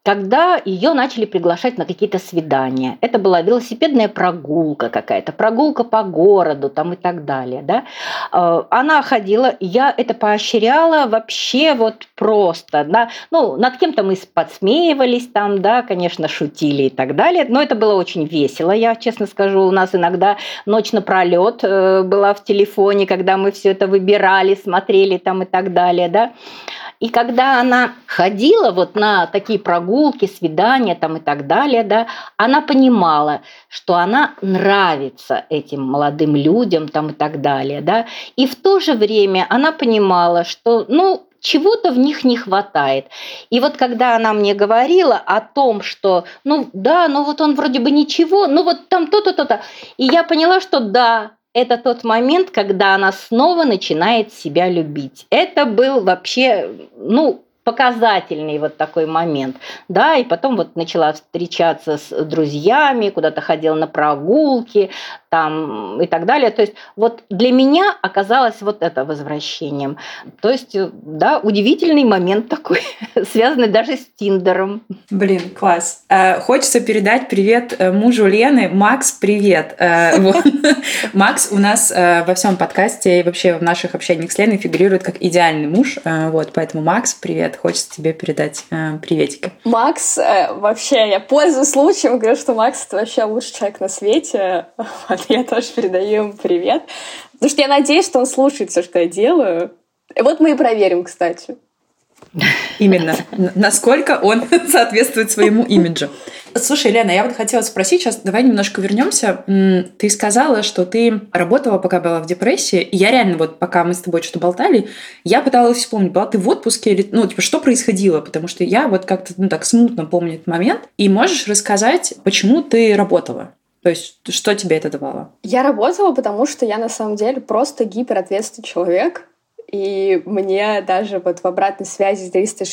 когда ее начали приглашать на какие-то свидания. Это была велосипедная прогулка какая-то, прогулка по городу там и так далее. Да? Она ходила, я это поощряла вообще вот просто. Да? Ну, над кем-то мы подсмеивались там, да, конечно, шутили и так далее, но это было очень весело, я честно скажу. У нас иногда ночь напролет была в телефоне, когда мы все это выбирали, смотрели там и так далее. Да? И когда она ходила вот на такие прогулки, свидания там и так далее, да, она понимала, что она нравится этим молодым людям там и так далее. Да, и в то же время она понимала, что, ну, чего-то в них не хватает. И вот когда она мне говорила о том, что, ну да, ну вот он вроде бы ничего, ну вот там то-то, то-то. И я поняла, что да, это тот момент, когда она снова начинает себя любить. Это был вообще, ну, показательный вот такой момент. Да, и потом вот начала встречаться с друзьями, куда-то ходила на прогулки там и так далее. То есть вот для меня оказалось вот это возвращением. То есть, да, удивительный момент такой, связанный даже с Тиндером. Блин, класс. Хочется передать привет мужу Лены. Макс, привет. Макс у нас во всем подкасте и вообще в наших общениях с Леной фигурирует как идеальный муж. Вот, поэтому, Макс, привет. Хочется тебе передать приветики. Макс, вообще, я пользуюсь случаем, говорю, что Макс — это вообще лучший человек на свете. Я тоже передаю ему привет. Потому что я надеюсь, что он слушает все, что я делаю. И вот мы и проверим, кстати. Именно. Насколько он соответствует своему имиджу. Слушай, Лена, я вот хотела спросить, сейчас давай немножко вернемся. Ты сказала, что ты работала, пока была в депрессии, и я реально вот, пока мы с тобой что-то болтали, я пыталась вспомнить, была ты в отпуске или, ну, типа, что происходило, потому что я вот как-то, ну, так смутно помню этот момент. И можешь рассказать, почему ты работала? То есть, что тебе это давало? Я работала, потому что я на самом деле просто гиперответственный человек. И мне даже вот в обратной связи с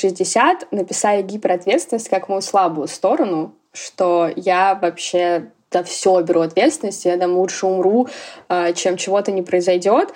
360 написали гиперответственность как мою слабую сторону, что я вообще за все беру ответственность, я там лучше умру, чем чего-то не произойдет.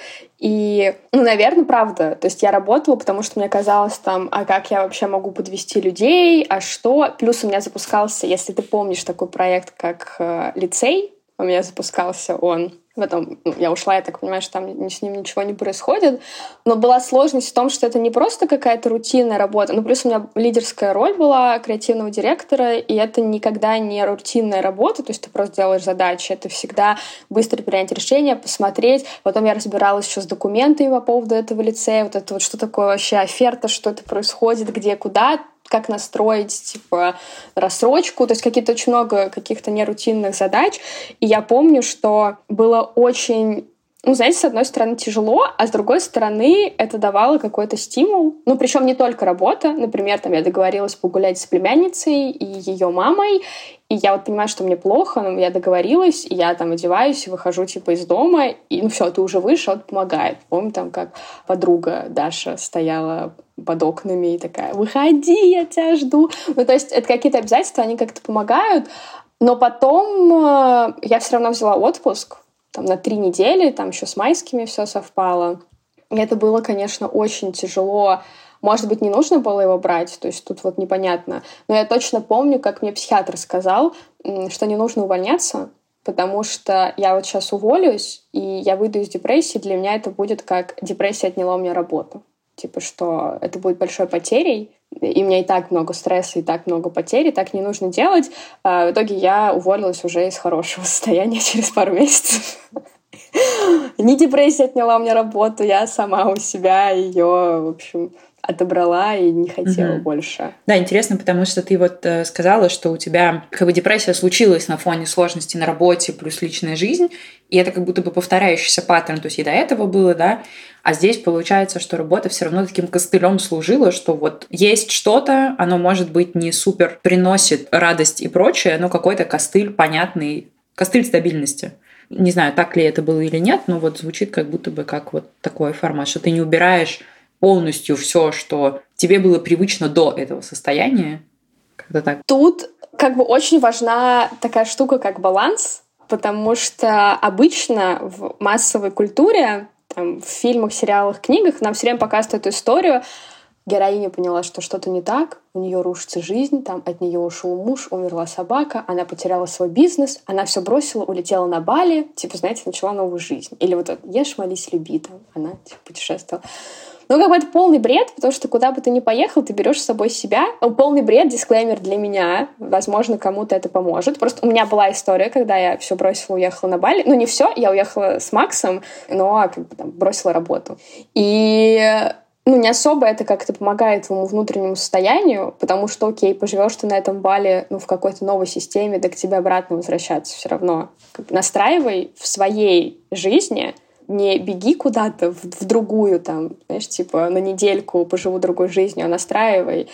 И, ну, наверное, правда. То есть я работала, потому что мне казалось там, а как я вообще могу подвести людей, а что? Плюс у меня запускался, если ты помнишь такой проект, как лицей, у меня запускался он. Потом я ушла, я так понимаю, что там с ним ничего не происходит. Но была сложность в том, что это не просто какая-то рутинная работа. Ну, плюс у меня лидерская роль была креативного директора, и это никогда не рутинная работа, то есть ты просто делаешь задачи. Это всегда быстро принять решение, посмотреть. Потом я разбиралась еще с документами по поводу этого лицея. Вот это вот что такое вообще оферта, что это происходит, где, куда, как настроить, типа, рассрочку, то есть какие-то очень много каких-то нерутинных задач. И я помню, что было очень, ну, знаете, с одной стороны тяжело, а с другой стороны это давало какой-то стимул. Ну, причем не только работа. Например, там я договорилась погулять с племянницей и ее мамой, и я вот понимаю, что мне плохо, но я договорилась, и я там одеваюсь и выхожу типа из дома, и ну все, ты уже вышел, это помогает. Помню, там как подруга Даша стояла под окнами и такая: «Выходи, я тебя жду». Ну, то есть это какие-то обязательства, они как-то помогают. Но потом я все равно взяла отпуск там, на 3 недели, там еще с майскими все совпало. И это было, конечно, очень тяжело. Может быть, не нужно было его брать, то есть тут вот непонятно. Но я точно помню, как мне психиатр сказал, что не нужно увольняться, потому что я вот сейчас уволюсь, и я выйду из депрессии, для меня это будет как депрессия отняла у меня работу. Типа, что это будет большой потерей, и у меня и так много стресса, и так много потерь, и так не нужно делать. В итоге я уволилась уже из хорошего состояния через пару месяцев. Не депрессия отняла у меня работу, я сама у себя ее, в общем, отобрала и не хотела больше. Да, интересно, потому что ты вот сказала, что у тебя как бы депрессия случилась на фоне сложностей на работе плюс личная жизнь, и это как будто бы повторяющийся паттерн, то есть и до этого было, да, а здесь получается, что работа все равно таким костылем служила, что вот есть что-то, оно, может быть, не супер приносит радость и прочее, но какой-то костыль понятный, костыль стабильности. Не знаю, так ли это было или нет, но вот звучит как будто бы как вот такой формат, что ты не убираешь полностью все, что тебе было привычно до этого состояния. Как-то так. Тут как бы очень важна такая штука, как баланс, потому что обычно в массовой культуре, там, в фильмах, сериалах, книгах нам все время показывают эту историю, героиня поняла, что что-то не так, у нее рушится жизнь, там от нее ушел муж, умерла собака, она потеряла свой бизнес, она все бросила, улетела на Бали, типа, знаете, начала новую жизнь. Или вот это «Ешь, молись, люби», там, она типа, путешествовала. Ну, как бы это полный бред, потому что куда бы ты ни поехал, ты берешь с собой себя. Полный бред, дисклеймер для меня. Возможно, кому-то это поможет. Просто у меня была история, когда я все бросила, уехала на Бали. Ну, не все, я уехала с Максом, но как бы там бросила работу. И не особо это как-то помогает твоему внутреннему состоянию, потому что, окей, поживешь ты на этом Бали, в какой-то новой системе, да к тебе обратно возвращаться все равно. Как бы настраивай в своей жизни, не беги куда-то в другую, там, знаешь, типа на недельку поживу другой жизнью, а настраивай.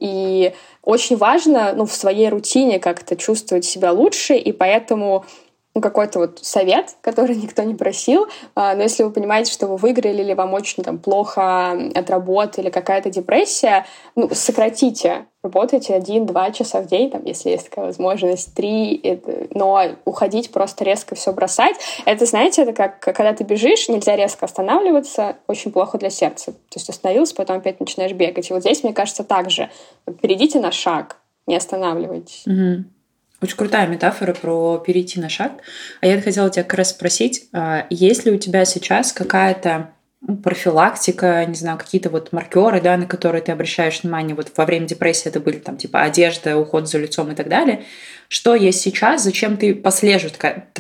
И очень важно, в своей рутине как-то чувствовать себя лучше, и поэтому какой-то вот совет, который никто не просил, но если вы понимаете, что вы выиграли или вам очень плохо от работы или какая-то депрессия, сократите. Работайте 1-2 часа в день, если есть такая возможность, 3, но уходить просто резко все бросать, это, знаете, это как когда ты бежишь, нельзя резко останавливаться, очень плохо для сердца. То есть остановился, потом опять начинаешь бегать. И вот здесь, мне кажется, так же. Перейдите на шаг, не останавливайтесь. Угу. Очень крутая метафора про перейти на шаг. А я хотела тебя как раз спросить, есть ли у тебя сейчас какая-то профилактика, не знаю, какие-то маркеры, на которые ты обращаешь внимание, во время депрессии это были типа одежда, уход за лицом и так далее. Что есть сейчас, зачем ты послежешь?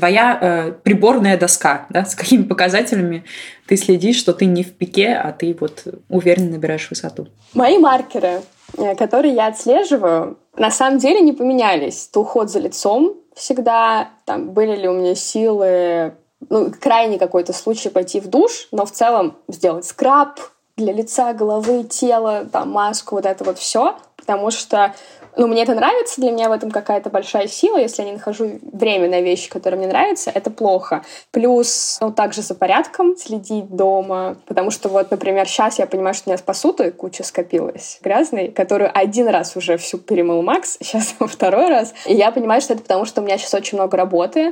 Твоя приборная доска, с какими показателями ты следишь, что ты не в пике, а ты уверенно набираешь высоту? Мои маркеры, которые я отслеживаю, на самом деле не поменялись. Это уход за лицом всегда, были ли у меня силы, крайний какой-то случай пойти в душ, но в целом сделать скраб для лица, головы, тела, маску, вот это все, потому что мне это нравится, для меня в этом какая-то большая сила. Если я не нахожу время на вещи, которые мне нравятся, это плохо. Плюс, также за порядком следить дома, потому что например, сейчас я понимаю, что у меня посуды куча скопилась грязной, которую один раз уже всю перемыл Макс, сейчас во второй раз. И я понимаю, что это потому, что у меня сейчас очень много работы,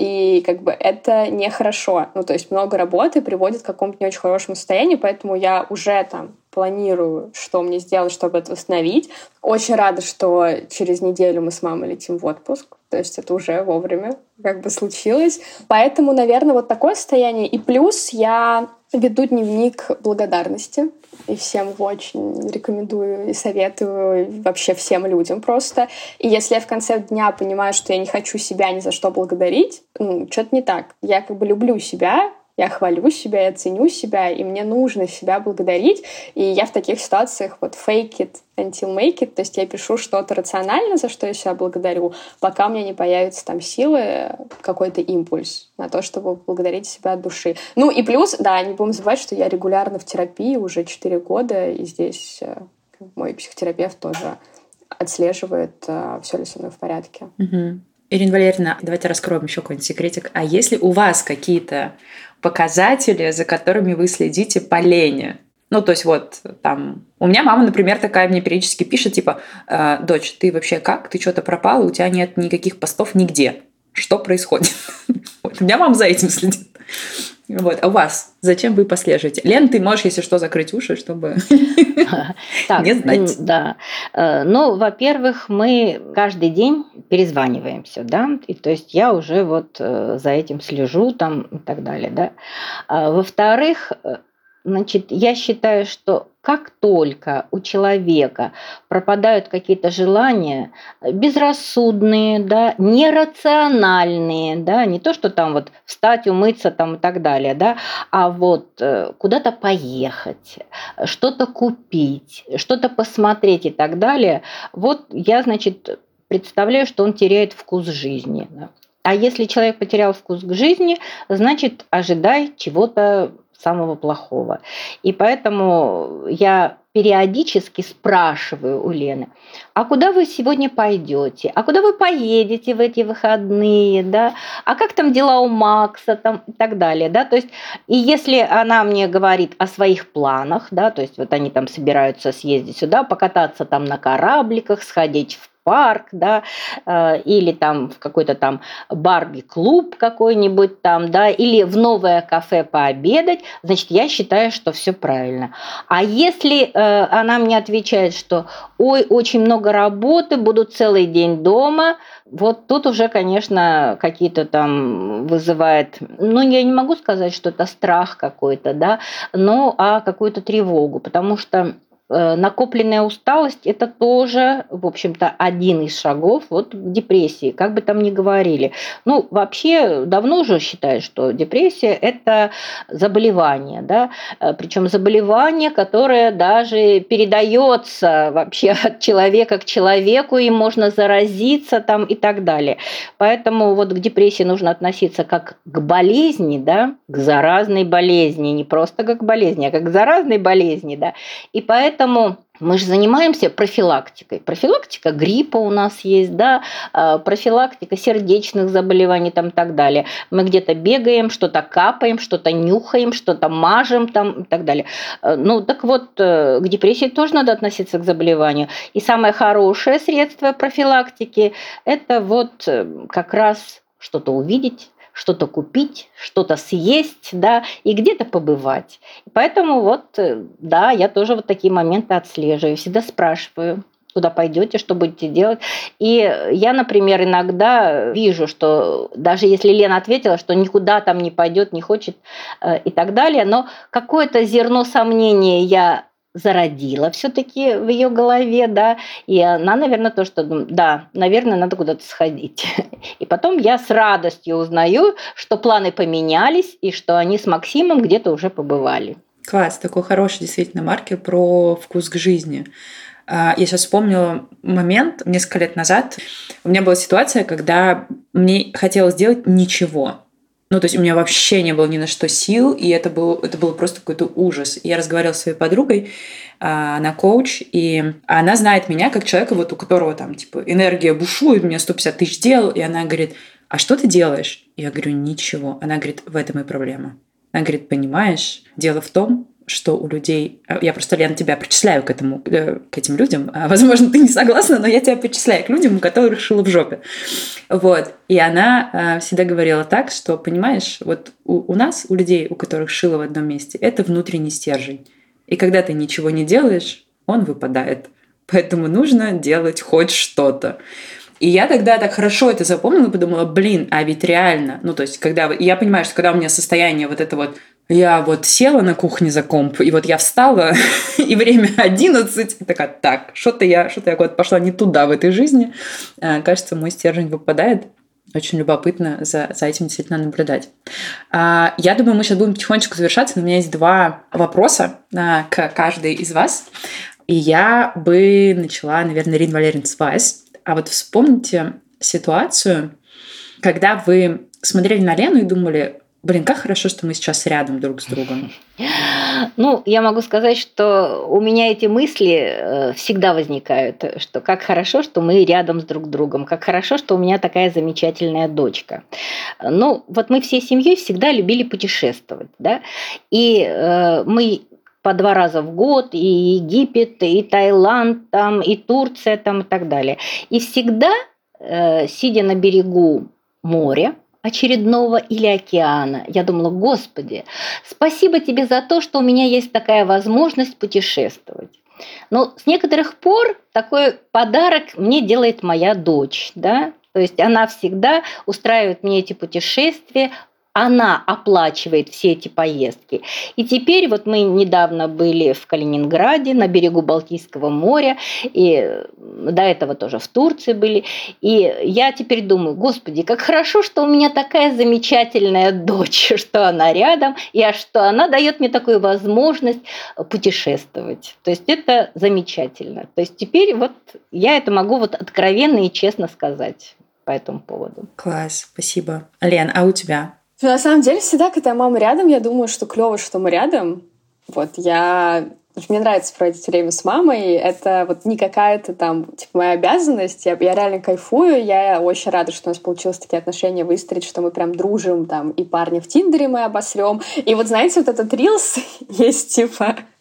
и это нехорошо. То есть много работы приводит к какому-то не очень хорошему состоянию, поэтому я уже планирую, что мне сделать, чтобы это восстановить. Очень рада, что через неделю мы с мамой летим в отпуск. То есть это уже вовремя случилось. Поэтому, наверное, такое состояние. И плюс я веду дневник благодарности. И всем его очень рекомендую и советую, и вообще всем людям просто. И если я в конце дня понимаю, что я не хочу себя ни за что благодарить, что-то не так. Я люблю себя, я хвалю себя, я ценю себя, и мне нужно себя благодарить. И я в таких ситуациях fake it until make it, то есть я пишу что-то рационально, за что я себя благодарю, пока у меня не появятся силы, какой-то импульс на то, чтобы благодарить себя от души. И плюс, не будем забывать, что я регулярно в терапии уже 4 года, и здесь мой психотерапевт тоже отслеживает, все ли со мной в порядке. Угу. Ирина Валерьевна, давайте раскроем еще какой-нибудь секретик. А есть ли у вас какие-то показатели, за которыми вы следите по лени? То есть у меня мама, например, такая мне периодически пишет, дочь, ты вообще как? Ты что-то пропала, у тебя нет никаких постов нигде. Что происходит? У меня мама за этим следит. А у вас? Зачем вы послеживаете? Лен, ты можешь, если что, закрыть уши, чтобы не знать. Да. Во-первых, мы каждый день перезваниваемся, и то есть я уже за этим слежу и так далее, Во-вторых, я считаю, что как только у человека пропадают какие-то желания безрассудные, нерациональные, не то, что встать, умыться и так далее, а куда-то поехать, что-то купить, что-то посмотреть и так далее, я, представляю, что он теряет вкус жизни. А если человек потерял вкус к жизни, значит, ожидай чего-то самого плохого. И поэтому я периодически спрашиваю у Лены, а куда вы сегодня пойдете? А куда вы поедете в эти выходные? А как там дела у Макса? И так далее. То есть, и если она мне говорит о своих планах, то есть они собираются съездить сюда, покататься на корабликах, сходить в парк, да, или там в какой-то там Барби-клуб какой-нибудь там, да, или в новое кафе пообедать, значит, я считаю, что все правильно. А если она мне отвечает, что ой, очень много работы, буду целый день дома, вот тут уже, конечно, какие-то там вызывает, ну, я не могу сказать, что это страх какой-то, да, но какую-то тревогу, потому что накопленная усталость – это тоже, в общем-то, один из шагов вот к депрессии, как бы там ни говорили. Ну, вообще, давно уже считают, что депрессия – это заболевание, да, причем заболевание, которое даже передается вообще от человека к человеку, и можно заразиться там и так далее. Поэтому вот к депрессии нужно относиться как к болезни, да, к заразной болезни, не просто как к болезни, а как к заразной болезни, да, и поэтому мы же занимаемся профилактикой. Профилактика гриппа у нас есть, да, профилактика сердечных заболеваний там, и так далее. Мы где-то бегаем, что-то капаем, что-то нюхаем, что-то мажем там, и так далее. Ну, так вот, к депрессии тоже надо относиться к заболеванию. И самое хорошее средство профилактики – это вот как раз что-то увидеть, что-то купить, что-то съесть, да, и где-то побывать. Поэтому вот, да, я тоже вот такие моменты отслеживаю, всегда спрашиваю, куда пойдете, что будете делать. И я, например, иногда вижу, что даже если Лена ответила, что никуда там не пойдет, не хочет и так далее, но какое-то зерно сомнения я зародила все-таки в ее голове, да, и она, наверное, то, что, да, наверное, надо куда-то сходить. И потом я с радостью узнаю, что планы поменялись, и что они с Максимом где-то уже побывали. Класс, такой хороший действительно маркер про вкус к жизни. Я сейчас вспомнила момент несколько лет назад. У меня была ситуация, когда мне хотелось делать ничего. Ну, то есть у меня вообще не было ни на что сил, и это было просто какой-то ужас. Я разговаривала с своей подругой, она коуч, и она знает меня как человека, вот у которого там, типа, энергия бушует, у меня 150 тысяч дел, и она говорит, а что ты делаешь? Я говорю, ничего. Она говорит, в этом и проблема. Она говорит, понимаешь, дело в том, что у людей... Я просто, Лена, тебя причисляю к этим людям. Возможно, ты не согласна, но я тебя причисляю к людям, у которых шило в жопе. Вот. И она всегда говорила так, что, понимаешь, вот у нас, у людей, у которых шило в одном месте, это внутренний стержень. И когда ты ничего не делаешь, он выпадает. Поэтому нужно делать хоть что-то. И я тогда так хорошо это запомнила, подумала, блин, а ведь реально. Ну, то есть, я понимаю, что когда у меня состояние вот это вот, я вот села на кухне за комп, и вот я встала, и время 11, и такая, так, что-то я куда-то пошла не туда в этой жизни. Кажется, мой стержень выпадает. Очень любопытно за этим действительно наблюдать. Я думаю, мы сейчас будем потихонечку завершаться, но у меня есть 2 вопроса к каждой из вас. И я бы начала, наверное, Ирина Валерьевна, с вас. А вот вспомните ситуацию, когда вы смотрели на Лену и думали, блин, как хорошо, что мы сейчас рядом друг с другом. Ну, я могу сказать, что у меня эти мысли всегда возникают, что как хорошо, что мы рядом с друг другом, как хорошо, что у меня такая замечательная дочка. Ну, вот мы всей семьей всегда любили путешествовать, да, и мы по 2 раза в год, и Египет, и Таиланд, там, и Турция, там, и так далее. И всегда, сидя на берегу моря, очередного или океана, я думала, Господи, спасибо тебе за то, что у меня есть такая возможность путешествовать. Но с некоторых пор такой подарок мне делает моя дочь, да, то есть она всегда устраивает мне эти путешествия, она оплачивает все эти поездки. И теперь вот мы недавно были в Калининграде, на берегу Балтийского моря, и до этого тоже в Турции были. И я теперь думаю, Господи, как хорошо, что у меня такая замечательная дочь, что она рядом, и что она дает мне такую возможность путешествовать. То есть это замечательно. То есть теперь вот я это могу вот откровенно и честно сказать по этому поводу. Класс, спасибо. Лен, а у тебя? На самом деле, всегда, когда мама рядом, я думаю, что клево, что мы рядом. Вот мне нравится проводить время с мамой. Это вот не какая-то там, типа, моя обязанность. Я реально кайфую. Я очень рада, что у нас получилось такие отношения выстроить, что мы прям дружим там. И парня в Тиндере мы обосрем. И вот, знаете, вот этот рилс есть, типа,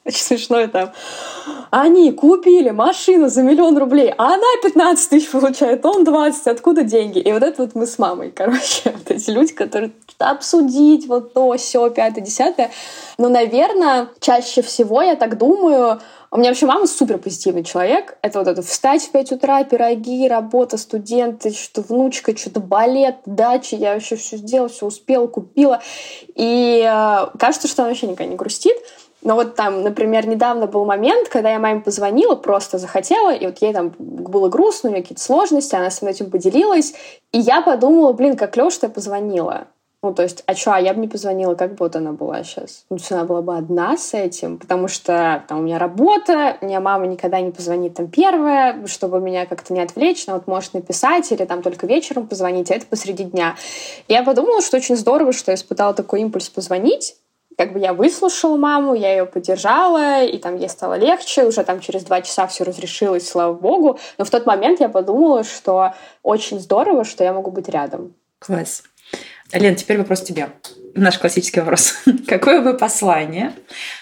Очень смешно там. Они купили машину за 1 000 000 рублей, а она 15 тысяч получает, он 20. Откуда деньги? И вот это вот мы с мамой, короче, вот эти люди, которые что-то обсудить, вот то, сё, 5-е, 10-е. Но, наверное, чаще всего я так думаю, у меня вообще мама супер позитивный человек. Это вот это встать в 5 утра, пироги, работа, студенты, что-то внучка, что-то балет, дача. Я вообще все сделала, все успела, купила. И кажется, что она вообще никогда не грустит. Но вот там, например, недавно был момент, когда я маме позвонила, просто захотела, и вот ей там было грустно, у нее какие-то сложности, она со мной этим поделилась. И я подумала, блин, как клёво, что я позвонила. Ну, то есть, я бы не позвонила, как бы вот она была сейчас. Ну, то есть она была бы одна с этим, потому что там у меня работа, у меня мама никогда не позвонит там первая, чтобы меня как-то не отвлечь, она вот может написать или там только вечером позвонить, а это посреди дня. И я подумала, что очень здорово, что я испытала такой импульс позвонить. Как бы я выслушала маму, я ее поддержала, и там ей стало легче, уже там через 2 часа все разрешилось, слава богу. Но в тот момент я подумала, что очень здорово, что я могу быть рядом. Класс. Лен, теперь вопрос тебе. Наш классический вопрос. Какое бы послание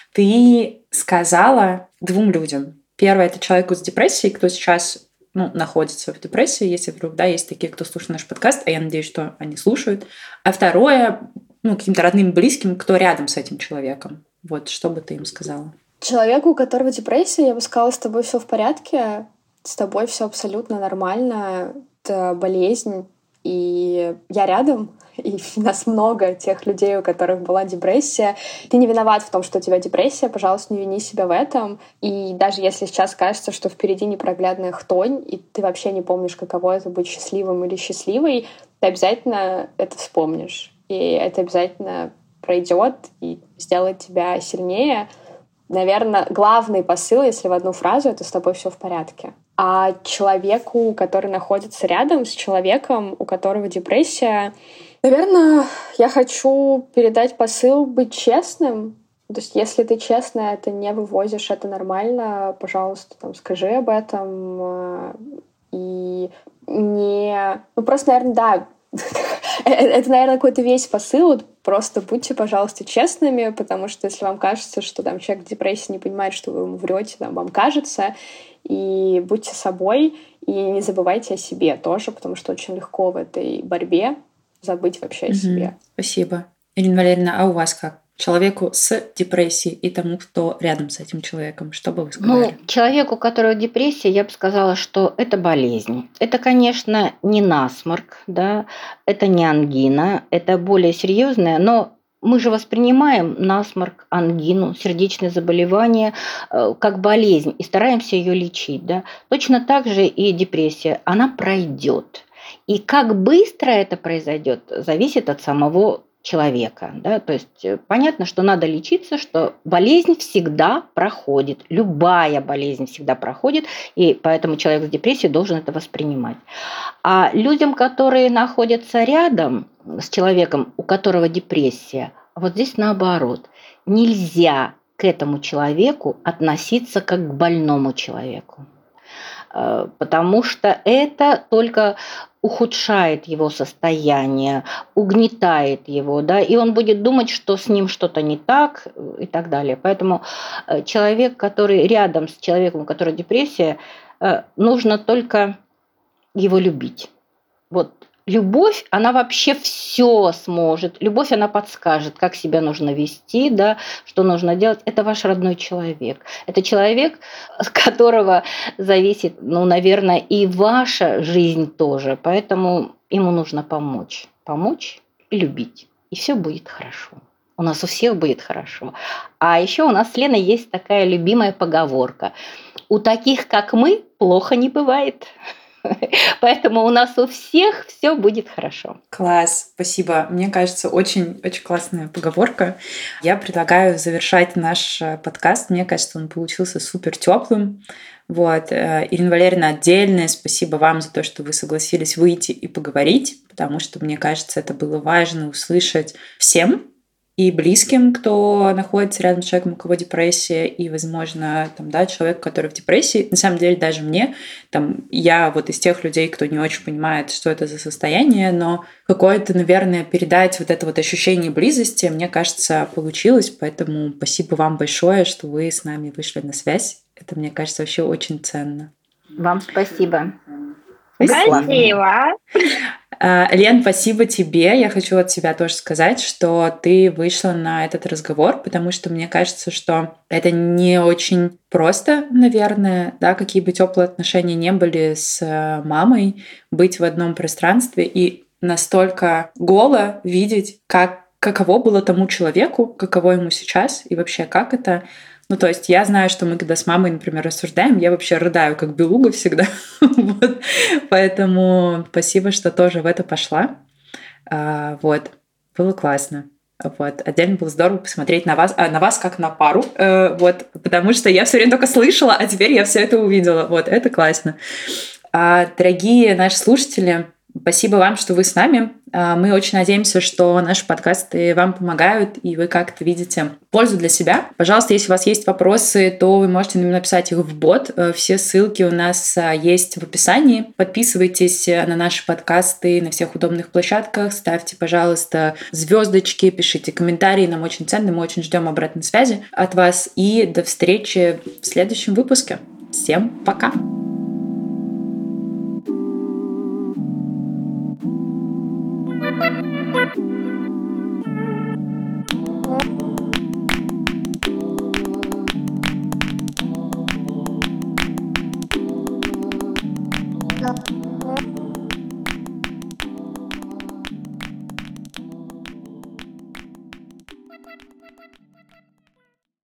ты сказала 2 людям? Первое – это человеку с депрессией, кто сейчас находится в депрессии, если вдруг есть такие, кто слушает наш подкаст, а я надеюсь, что они слушают. А второе – каким-то родным, близким, кто рядом с этим человеком. Вот, что бы ты им сказала? Человеку, у которого депрессия, я бы сказала, с тобой все в порядке, с тобой все абсолютно нормально, это болезнь, и я рядом, и нас много тех людей, у которых была депрессия. Ты не виноват в том, что у тебя депрессия, пожалуйста, не вини себя в этом. И даже если сейчас кажется, что впереди непроглядная хтонь, и ты вообще не помнишь, каково это быть счастливым или счастливой, ты обязательно это вспомнишь. И это обязательно пройдет и сделает тебя сильнее. Наверное, главный посыл, если в одну фразу, это с тобой все в порядке. А человеку, который находится рядом с человеком, у которого депрессия, наверное, я хочу передать посыл быть честным. То есть, если ты честно это не вывозишь, это нормально, пожалуйста, скажи об этом. И не... просто, наверное, да, это, наверное, какой-то весь посыл. Просто будьте, пожалуйста, честными, потому что если вам кажется, что человек в депрессии не понимает, что вы ему врете, вам кажется, и будьте собой, и не забывайте о себе тоже, потому что очень легко в этой борьбе забыть вообще о себе. Спасибо. Ирина Валерьевна, а у вас как? Человеку с депрессией и тому, кто рядом с этим человеком, что бы вы сказали? Человеку, у которого депрессия, я бы сказала, что это болезнь. Это, конечно, не насморк, да, это не ангина, это более серьезное, но мы же воспринимаем насморк, ангину, сердечное заболевание как болезнь и стараемся ее лечить. Да? Точно так же и депрессия, она пройдет. И как быстро это произойдет, зависит от самого человека. Да? То есть понятно, что надо лечиться, что болезнь всегда проходит. Любая болезнь всегда проходит, и поэтому человек с депрессией должен это воспринимать. А людям, которые находятся рядом с человеком, у которого депрессия, вот здесь наоборот. Нельзя к этому человеку относиться как к больному человеку, потому что это только ухудшает его состояние, угнетает его, да, и он будет думать, что с ним что-то не так и так далее. Поэтому человек, который рядом с человеком, у которого депрессия, нужно только его любить. Вот любовь, она вообще все сможет. Любовь, она подскажет, как себя нужно вести, да, что нужно делать. Это ваш родной человек. Это человек, от которого зависит, наверное, и ваша жизнь тоже. Поэтому ему нужно помочь. Помочь и любить. И все будет хорошо. У нас у всех будет хорошо. А еще у нас с Леной есть такая любимая поговорка. У таких, как мы, плохо не бывает. Поэтому у нас у всех все будет хорошо. Класс, спасибо. Мне кажется, очень классная поговорка. Я предлагаю завершать наш подкаст. Мне кажется, он получился супер теплым. Вот. Ирина Валерьевна, отдельное спасибо вам за то, что вы согласились выйти и поговорить, потому что, мне кажется, это было важно услышать всем. и близким, кто находится рядом с человеком, у кого депрессия, и, возможно, там, да, человек, который в депрессии. На самом деле, даже мне, там, я вот из тех людей, кто не очень понимает, что это за состояние, но какое-то, наверное, передать вот это вот ощущение близости, мне кажется, получилось, поэтому спасибо вам большое, что вы с нами вышли на связь. Это, мне кажется, вообще очень ценно. Вам спасибо. Спасибо. Лен, спасибо тебе. Я хочу от себя тоже сказать, что ты вышла на этот разговор, потому что мне кажется, что это не очень просто, наверное, да, какие бы теплые отношения не были с мамой, быть в одном пространстве и настолько голо видеть, каково было тому человеку, каково ему сейчас и вообще как это. Ну, то есть я знаю, что мы когда с мамой, например, рассуждаем, я вообще рыдаю, как белуга всегда. Вот. Поэтому спасибо, что тоже в это пошла. Вот. Было классно. Вот. Отдельно было здорово посмотреть на вас как на пару. Вот. Потому что я все время только слышала, а теперь я все это увидела. Вот. Это классно. Дорогие наши слушатели, спасибо вам, что вы с нами. Мы очень надеемся, что наши подкасты вам помогают, и вы как-то видите пользу для себя. Пожалуйста, если у вас есть вопросы, то вы можете нам написать их в бот. Все ссылки у нас есть в описании. Подписывайтесь на наши подкасты на всех удобных площадках. Ставьте, пожалуйста, звездочки, пишите комментарии. Нам очень ценно, мы очень ждем обратной связи от вас. И до встречи в следующем выпуске. Всем пока! No.